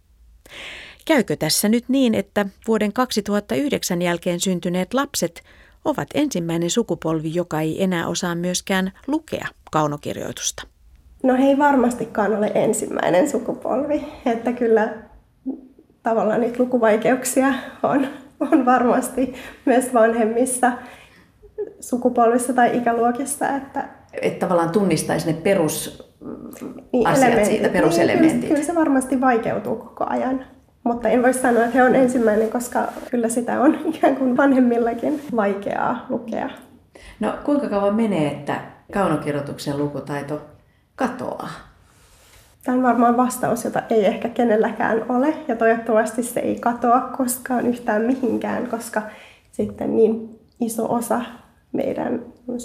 Käykö tässä nyt niin, että vuoden kaksituhattayhdeksän jälkeen syntyneet lapset ovat ensimmäinen sukupolvi, joka ei enää osaa myöskään lukea kaunokirjoitusta? No he ei varmastikaan ole ensimmäinen sukupolvi, että kyllä tavallaan niitä lukuvaikeuksia on, on varmasti myös vanhemmissa sukupolvissa tai ikäluokissa. Että että tavallaan tunnistaisi ne perusasiat niin, siitä, peruselementit. Niin, kyllä, kyllä se varmasti vaikeutuu koko ajan. Mutta en voi sanoa, että he on ensimmäinen, koska kyllä sitä on ikään kuin vanhemmillakin vaikeaa lukea. No kuinka kauan menee, että kaunokirjoituksen lukutaito katoaa? Tämä on varmaan vastaus, jota ei ehkä kenelläkään ole. Ja toivottavasti se ei katoa koskaan yhtään mihinkään, koska sitten niin iso osa meidän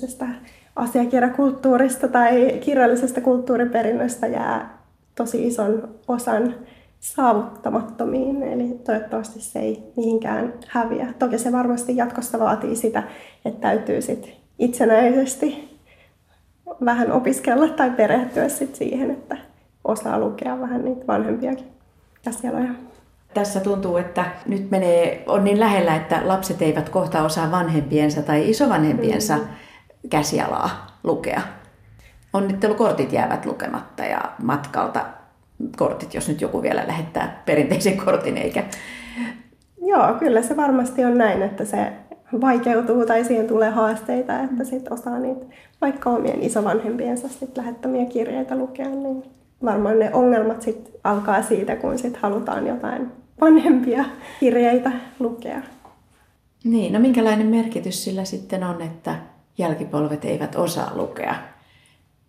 asiakirjakulttuurista tai kirjallisesta kulttuuriperinnöstä jää tosi ison osan saavuttamattomiin, eli toivottavasti se ei mihinkään häviä. Toki se varmasti jatkossa vaatii sitä, että täytyy sit itsenäisesti vähän opiskella tai perehtyä sit siihen, että osaa lukea vähän niitä vanhempiakin käsialoja. Tässä tuntuu, että nyt menee, on niin lähellä, että lapset eivät kohta osaa vanhempiensa tai isovanhempiensa mm-hmm. käsialaa lukea. Onnittelukortit jäävät lukematta ja matkalta kortit, jos nyt joku vielä lähettää perinteisen kortin eikä. Joo, kyllä se varmasti on näin, että se vaikeutuu tai siihen tulee haasteita, että sit osaa niitä vaikka omien isovanhempiensa sit lähettämiä kirjeitä lukea, niin varmaan ne ongelmat sit alkaa siitä, kun sit halutaan jotain vanhempia kirjeitä lukea. Niin, no minkälainen merkitys sillä sitten on, että jälkipolvet eivät osaa lukea?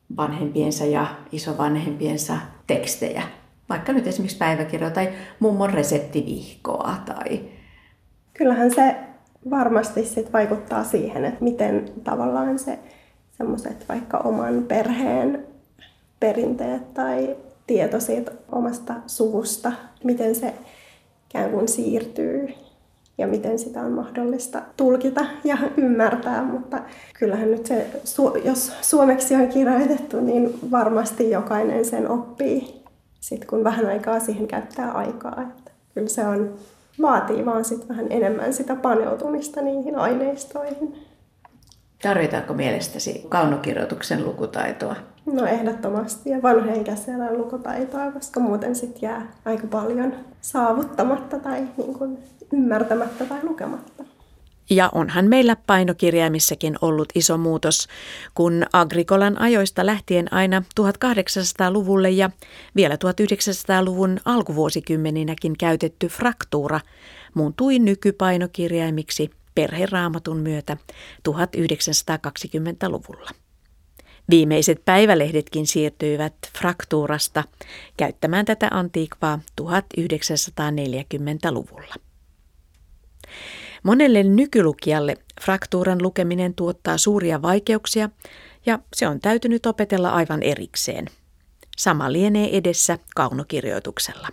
vanhempiensa ja isovanhempiensa tekstejä. Vaikka nyt esimerkiksi päiväkirjoja tai mummon reseptivihkoa. Tai... Kyllähän se varmasti sit vaikuttaa siihen, että miten tavallaan se semmoiset vaikka oman perheen perinteet tai tieto siitä omasta suvusta, miten se ikään kuin siirtyy ja miten sitä on mahdollista tulkita ja ymmärtää. Mutta kyllähän nyt se, jos suomeksi on kirjoitettu, niin varmasti jokainen sen oppii, sit kun vähän aikaa siihen käyttää aikaa. Että kyllä se on, vaatii vaan sit vähän enemmän sitä paneutumista niihin aineistoihin. Tarvitaanko mielestäsi kaunokirjoituksen lukutaitoa? No ehdottomasti ja vanhojen lukutaitoa, koska muuten sit jää aika paljon saavuttamatta tai niin kuin ymmärtämättä tai lukematta. Ja onhan meillä painokirjaimissakin ollut iso muutos, kun Agricolan ajoista lähtien aina tuhatkahdeksansataaluvulle ja vielä tuhatyhdeksänsataaluvun alkuvuosikymmeninäkin käytetty fraktuura muuntui nykypainokirjaimiksi perheraamatun myötä tuhatyhdeksänsataakaksikymmentäluvulla. Viimeiset päivälehdetkin siirtyivät fraktuurasta käyttämään tätä antiikvaa tuhatyhdeksänsataaneljäkymmentäluvulla. Monelle nykylukijalle fraktuuran lukeminen tuottaa suuria vaikeuksia ja se on täytynyt opetella aivan erikseen. Sama lienee edessä kaunokirjoituksella.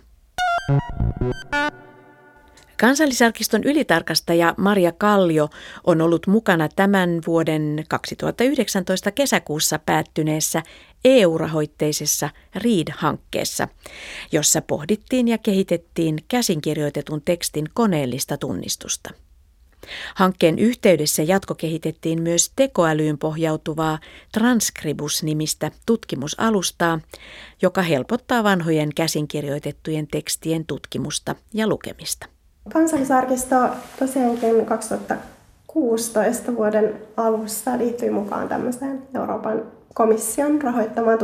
Kansallisarkiston ylitarkastaja Maria Kallio on ollut mukana tämän vuoden kaksituhattayhdeksäntoista kesäkuussa päättyneessä E U-rahoitteisessa R E A D-hankkeessa, jossa pohdittiin ja kehitettiin käsinkirjoitetun tekstin koneellista tunnistusta. Hankkeen yhteydessä jatkokehitettiin myös tekoälyyn pohjautuvaa Transkribus-nimistä tutkimusalustaa, joka helpottaa vanhojen käsinkirjoitettujen tekstien tutkimusta ja lukemista. Kansallisarkisto tosiaankin kaksituhattakuusitoista vuoden alussa liittyi mukaan tämmöiseen Euroopan komission rahoittamaan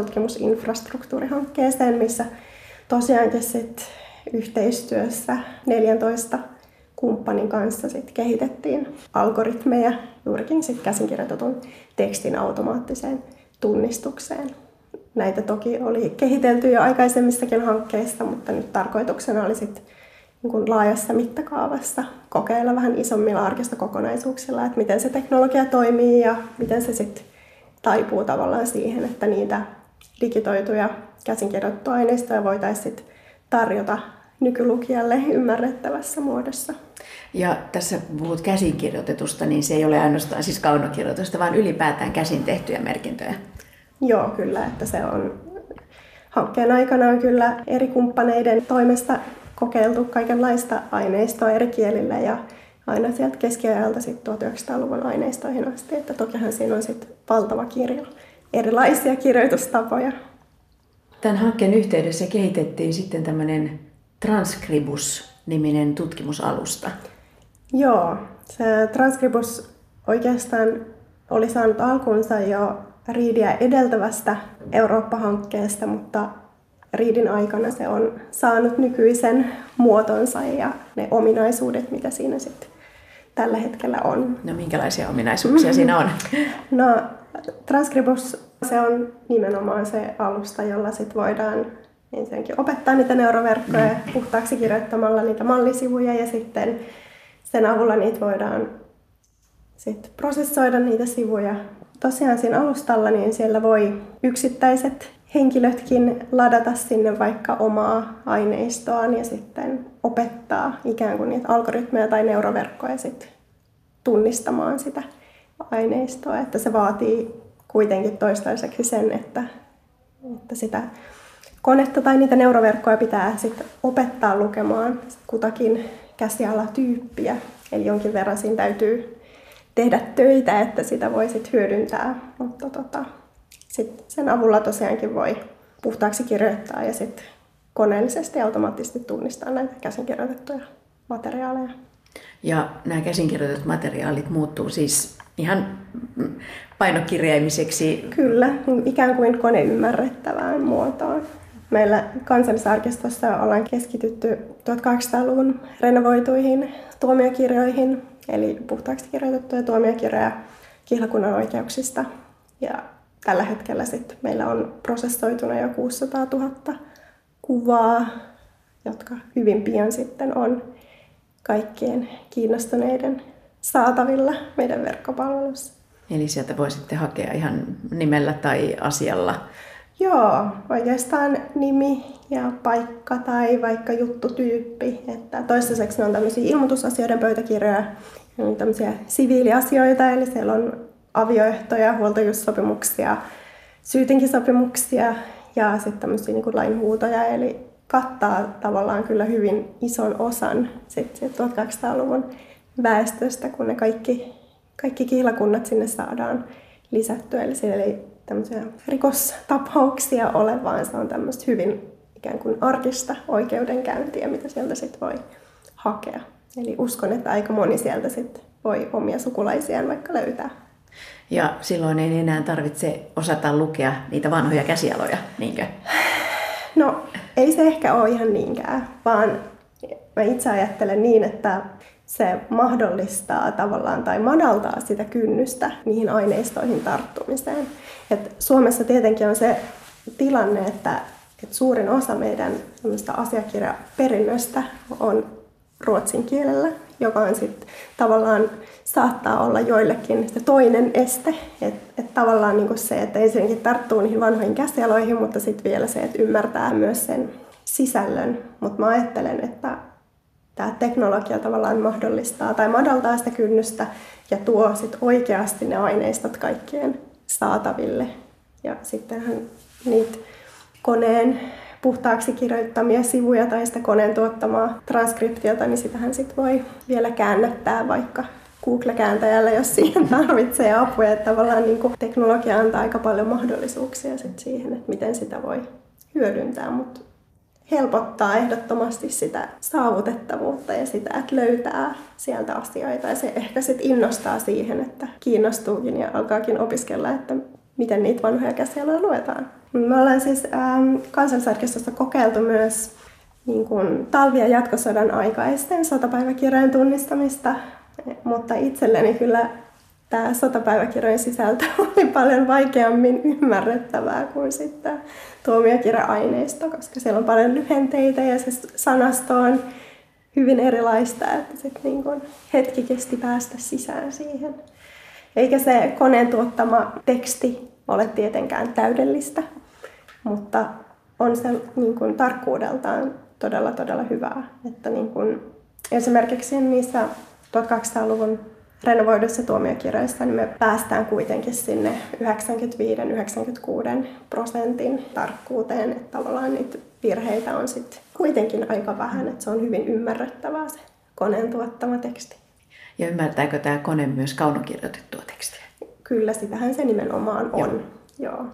tutkimusinfrastruktuurihankkeeseen, missä tosiaankin sit yhteistyössä neljäntoista kumppanin kanssa sit kehitettiin algoritmeja juurikin sit käsinkirjoitetun tekstin automaattiseen tunnistukseen. Näitä toki oli kehitelty jo aikaisemmissakin hankkeissa, mutta nyt tarkoituksena oli sit niin kuin laajassa mittakaavassa kokeilla vähän isommilla arkistokokonaisuuksilla, että miten se teknologia toimii ja miten se sitten taipuu tavallaan siihen, että niitä digitoituja käsinkirjoitettuja aineistoja voitaisiin tarjota nykylukijalle ymmärrettävässä muodossa. Ja tässä puhut käsinkirjoitetusta, niin se ei ole ainoastaan siis kaunokirjoitusta, vaan ylipäätään käsin tehtyjä merkintöjä. Joo, kyllä, että se on hankkeen aikana on kyllä eri kumppaneiden toimesta kokeiltu kaikenlaista aineistoa eri kielillä ja aina sieltä keskiajalta sitten tuhatyhdeksänsataaluvun aineistoihin asti, että tokihan siinä on sitten valtava kirjo erilaisia kirjoitustapoja. Tämän hankkeen yhteydessä kehitettiin sitten tämmöinen Transkribus-niminen tutkimusalusta. Joo, se Transkribus oikeastaan oli saanut alkunsa jo R E A Dia edeltävästä Eurooppa-hankkeesta, mutta R E A Din aikana se on saanut nykyisen muotonsa ja ne ominaisuudet, mitä siinä sitten tällä hetkellä on. No minkälaisia ominaisuuksia siinä on? No Transkribus, se on nimenomaan se alusta, jolla sit voidaan ensinnäkin opettaa niitä neuroverkkoja puhtaaksi kirjoittamalla niitä mallisivuja ja sitten sen avulla niitä voidaan sit prosessoida niitä sivuja. Tosiaan siinä alustalla niin siellä voi yksittäiset henkilötkin ladata sinne vaikka omaa aineistoaan ja sitten opettaa ikään kuin niitä algoritmeja tai neuroverkkoja sit tunnistamaan sitä aineistoa. Että se vaatii kuitenkin toistaiseksi sen, että, että sitä konetta tai niitä neuroverkkoja pitää sitten opettaa lukemaan kutakin käsialatyyppiä. Eli jonkin verran siinä täytyy tehdä töitä, että sitä voi sit hyödyntää, mutta tota, sit sen avulla tosiaankin voi puhtaaksi kirjoittaa ja sitten koneellisesti ja automaattisesti tunnistaa näitä käsinkirjoitettuja materiaaleja. Ja nämä käsinkirjoitetut materiaalit muuttuu siis ihan painokirjaimiseksi? Kyllä, ikään kuin koneymmärrettävään muotoon. Meillä Kansallisarkistossa ollaan keskitytty tuhatkahdeksansataaluvun renovoituihin tuomiokirjoihin, eli puhtaaksi kirjoitettuja tuomiokirjoja kihlakunnan oikeuksista. Ja tällä hetkellä sit meillä on prosessoituna jo kuusisataatuhatta kuvaa, jotka hyvin pian sitten on kaikkien kiinnostuneiden saatavilla meidän verkkopalvelussa. Eli sieltä voi sitten hakea ihan nimellä tai asialla? Joo, oikeastaan nimi ja paikka tai vaikka juttutyyppi. Että toistaiseksi ne on tämmöisiä ilmoitusasioiden pöytäkirjoja, tämmöisiä siviiliasioita, eli siellä on avioehtoja, huoltajuussopimuksia, syytenkisopimuksia ja sitten tämmöisiä niin kuin lainhuutoja, eli kattaa tavallaan kyllä hyvin ison osan sitten tuhatkahdeksansataaluvun väestöstä, kun ne kaikki, kaikki kihlakunnat sinne saadaan lisättyä. Eli siellä ei tämmöisiä rikostapauksia ole, vaan se on tämmöistä hyvin ikään kuin arkista oikeudenkäyntiä, mitä sieltä sitten voi hakea. Eli uskon, että aika moni sieltä sitten voi omia sukulaisiaan vaikka löytää. Ja silloin ei enää tarvitse osata lukea niitä vanhoja käsialoja, niinkö? No, ei se ehkä ole ihan niinkään, vaan mä itse ajattelen niin, että se mahdollistaa tavallaan tai madaltaa sitä kynnystä niihin aineistoihin tarttumiseen. Et Suomessa tietenkin on se tilanne, että, että suurin osa meidän asiakirjaperinnöstä on ruotsin kielellä, joka on sitten tavallaan saattaa olla joillekin se toinen este. Että et tavallaan niinku se, että ensinnäkin tarttuu niihin vanhoihin käsialoihin, mutta sitten vielä se, että ymmärtää myös sen sisällön. Mutta mä ajattelen, että tämä teknologia tavallaan mahdollistaa tai madaltaa sitä kynnystä ja tuo sit oikeasti ne aineistot kaikkien saataville. Ja sittenhän niitä koneen puhtaaksi kirjoittamia sivuja tai sitä koneen tuottamaa transkriptiota, niin sitähän sit voi vielä käännättää vaikka Google-kääntäjällä, jos siihen tarvitsee apua. Että tavallaan niin kuin teknologia antaa aika paljon mahdollisuuksia sit siihen, että miten sitä voi hyödyntää, mutta helpottaa ehdottomasti sitä saavutettavuutta ja sitä, että löytää sieltä asioita. Ja se ehkä sitten innostaa siihen, että kiinnostuukin ja alkaakin opiskella, että miten niitä vanhoja käsialoja luetaan. Me ollaan siis ähm, Kansallisarkistossa kokeiltu myös niin kuin talvi- ja jatkosodan aikaisten sotapäiväkirjojen tunnistamista, mutta itselleni kyllä tämä sotapäiväkirjojen sisältö oli paljon vaikeammin ymmärrettävää kuin sitten tuomiokirja-aineisto, koska siellä on paljon lyhenteitä ja se sanasto on hyvin erilaista, että sitten niin kuin hetki kesti päästä sisään siihen. Eikä se koneen tuottama teksti ole tietenkään täydellistä, mutta on se niin kuin tarkkuudeltaan todella, todella hyvää. Että niin kuin esimerkiksi niissä tuhatkahdeksansataaluvun renovoiduissa tuomiokirjoissa niin me päästään kuitenkin sinne yhdeksänkymmentäviisi yhdeksänkymmentäkuusi prosentin tarkkuuteen. Että tavallaan niitä virheitä on sitten kuitenkin aika vähän, että se on hyvin ymmärrettävää se koneen tuottama teksti. Ja ymmärtääkö tämä kone myös kaunokirjoitettua tekstiä? Kyllä, sitähän se nimenomaan on. Joo. Joo.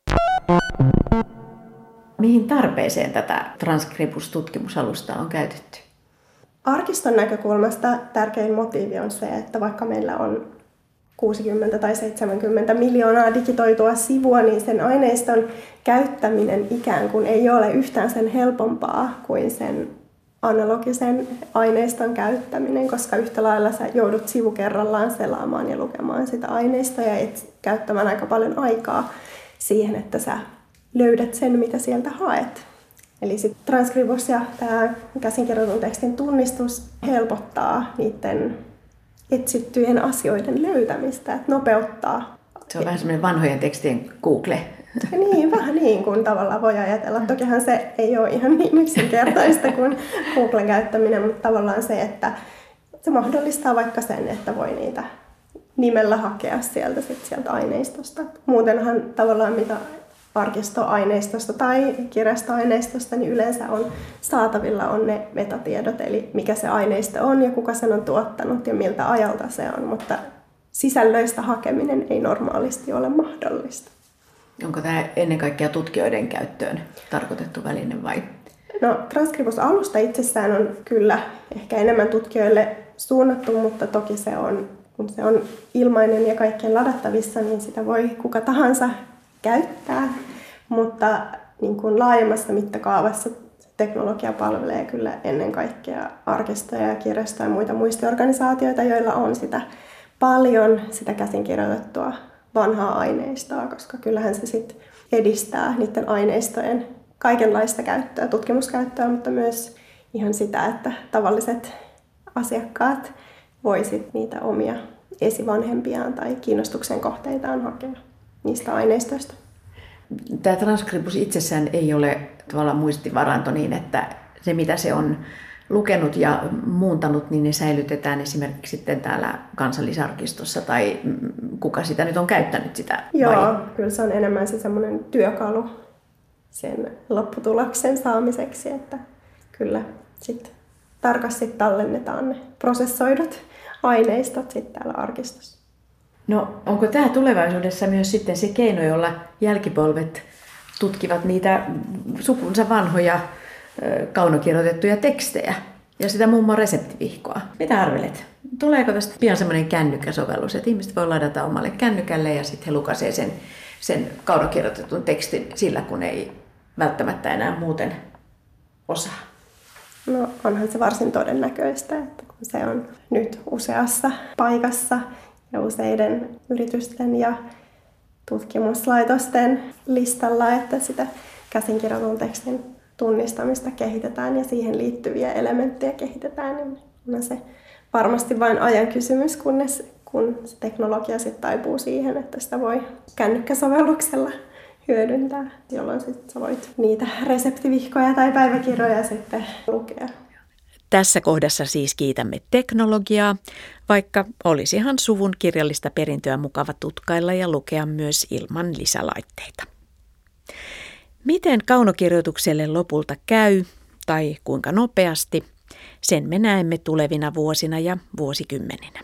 Mihin tarpeeseen tätä Transkribus-tutkimusalustaa on käytetty? Arkiston näkökulmasta tärkein motiivi on se, että vaikka meillä on kuusikymmentä tai seitsemänkymmentä miljoonaa digitoitua sivua, niin sen aineiston käyttäminen ikään kuin ei ole yhtään sen helpompaa kuin sen analogisen aineiston käyttäminen, koska yhtä lailla sä joudut sivu kerrallaan selaamaan ja lukemaan sitä aineistoa ja et käyttämään aika paljon aikaa siihen, että sä löydät sen, mitä sieltä haet. Eli sitten Transkribus ja tämä käsinkirjoitetun tekstin tunnistus helpottaa niiden etsittyjen asioiden löytämistä, että nopeuttaa. Se on vähän semmoinen vanhojen tekstien Google. Niin, vähän niin kuin tavallaan voi ajatella. Tokihan se ei ole ihan niin yksinkertaista kuin Googlen käyttäminen, mutta tavallaan se, että se mahdollistaa vaikka sen, että voi niitä nimellä hakea sieltä, sit sieltä aineistosta. Muutenhan tavallaan mitä arkistoaineistosta tai kirjastoaineistosta, niin yleensä on saatavilla on ne metatiedot, eli mikä se aineisto on ja kuka sen on tuottanut ja miltä ajalta se on, mutta sisällöistä hakeminen ei normaalisti ole mahdollista. Onko tämä ennen kaikkea tutkijoiden käyttöön tarkoitettu väline vai? No, Transkribus-alusta itsessään on kyllä ehkä enemmän tutkijoille suunnattu, mutta toki se on, kun se on ilmainen ja kaikkien ladattavissa, niin sitä voi kuka tahansa käyttää, mutta niin kuin laajemmassa mittakaavassa teknologia palvelee kyllä ennen kaikkea arkistoja ja kirjastoja ja muita muistiorganisaatioita, joilla on sitä paljon sitä käsinkirjoitettua vanhaa aineistoa, koska kyllähän se sit edistää niiden aineistojen kaikenlaista käyttöä, tutkimuskäyttöä, mutta myös ihan sitä, että tavalliset asiakkaat voisit niitä omia esivanhempiaan tai kiinnostuksen kohteitaan hakea niistä aineistoista. Tämä transkribus itsessään ei ole tavallaan muistivaranto niin, että se mitä se on lukenut ja muuntanut, niin ne säilytetään esimerkiksi sitten täällä Kansallisarkistossa tai kuka sitä nyt on käyttänyt sitä? Joo, vai? Kyllä se on enemmän se semmoinen työkalu sen lopputuloksen saamiseksi, että kyllä sitten tarkasti tallennetaan ne prosessoidut aineistot sitten täällä arkistossa. No onko tämä tulevaisuudessa myös sitten se keino, jolla jälkipolvet tutkivat niitä sukunsa vanhoja kaunokirjoitettuja tekstejä ja sitä muun muassa reseptivihkoa? Mitä arvelet? Tuleeko tästä pian semmoinen kännykkäsovellus, että ihmiset voi ladata omalle kännykälle ja sitten he lukasee sen, sen kaunokirjoitetun tekstin sillä, kun ei välttämättä enää muuten osaa? No onhan se varsin todennäköistä, että kun se on nyt useassa paikassa ja useiden yritysten ja tutkimuslaitosten listalla, että sitä käsinkirjoitetun tekstin tunnistamista kehitetään ja siihen liittyviä elementtejä kehitetään, niin on se varmasti vain ajan kysymys, kunnes kun se teknologia sitten taipuu siihen, että sitä voi kännykkäsovelluksella hyödyntää, jolloin sitten sä voit niitä reseptivihkoja tai päiväkirjoja sitten lukea. Tässä kohdassa siis kiitämme teknologiaa, vaikka olisihan suvun kirjallista perintöä mukava tutkailla ja lukea myös ilman lisälaitteita. Miten kaunokirjoitukselle lopulta käy, tai kuinka nopeasti, sen me näemme tulevina vuosina ja vuosikymmeninä.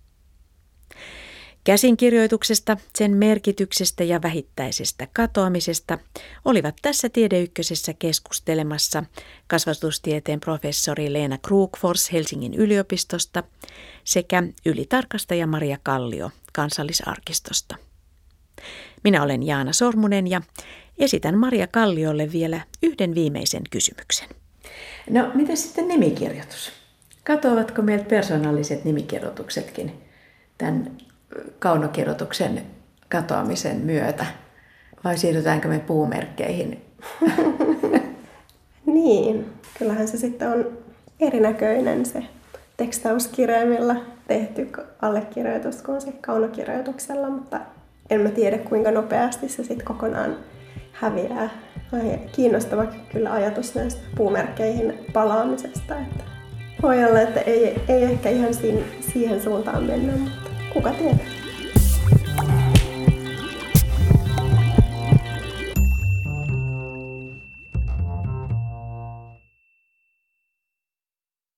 Käsinkirjoituksesta, sen merkityksestä ja vähittäisestä katoamisesta olivat tässä Tiede Ykkösessä keskustelemassa kasvatustieteen professori Leena Krugfors Helsingin yliopistosta sekä ylitarkastaja Maria Kallio Kansallisarkistosta. Minä olen Jaana Sormunen ja esitän Maria Kalliolle vielä yhden viimeisen kysymyksen. No, miten sitten nimikirjoitus? Katoavatko meiltä persoonalliset nimikirjoituksetkin tämän kaunokirjoituksen katoamisen myötä? Vai siirrytäänkö me puumerkkeihin? Niin, kyllähän se sitten on erinäköinen se tekstauskirjaimilla tehty allekirjoitus kuin se kaunokirjoituksella, mutta en mä tiedä kuinka nopeasti se sitten kokonaan häviää. Kiinnostava kyllä ajatus näistä puumerkkeihin palaamisesta. Että voi olla, että ei, ei ehkä ihan siihen suuntaan mennä, mutta kuka tietää.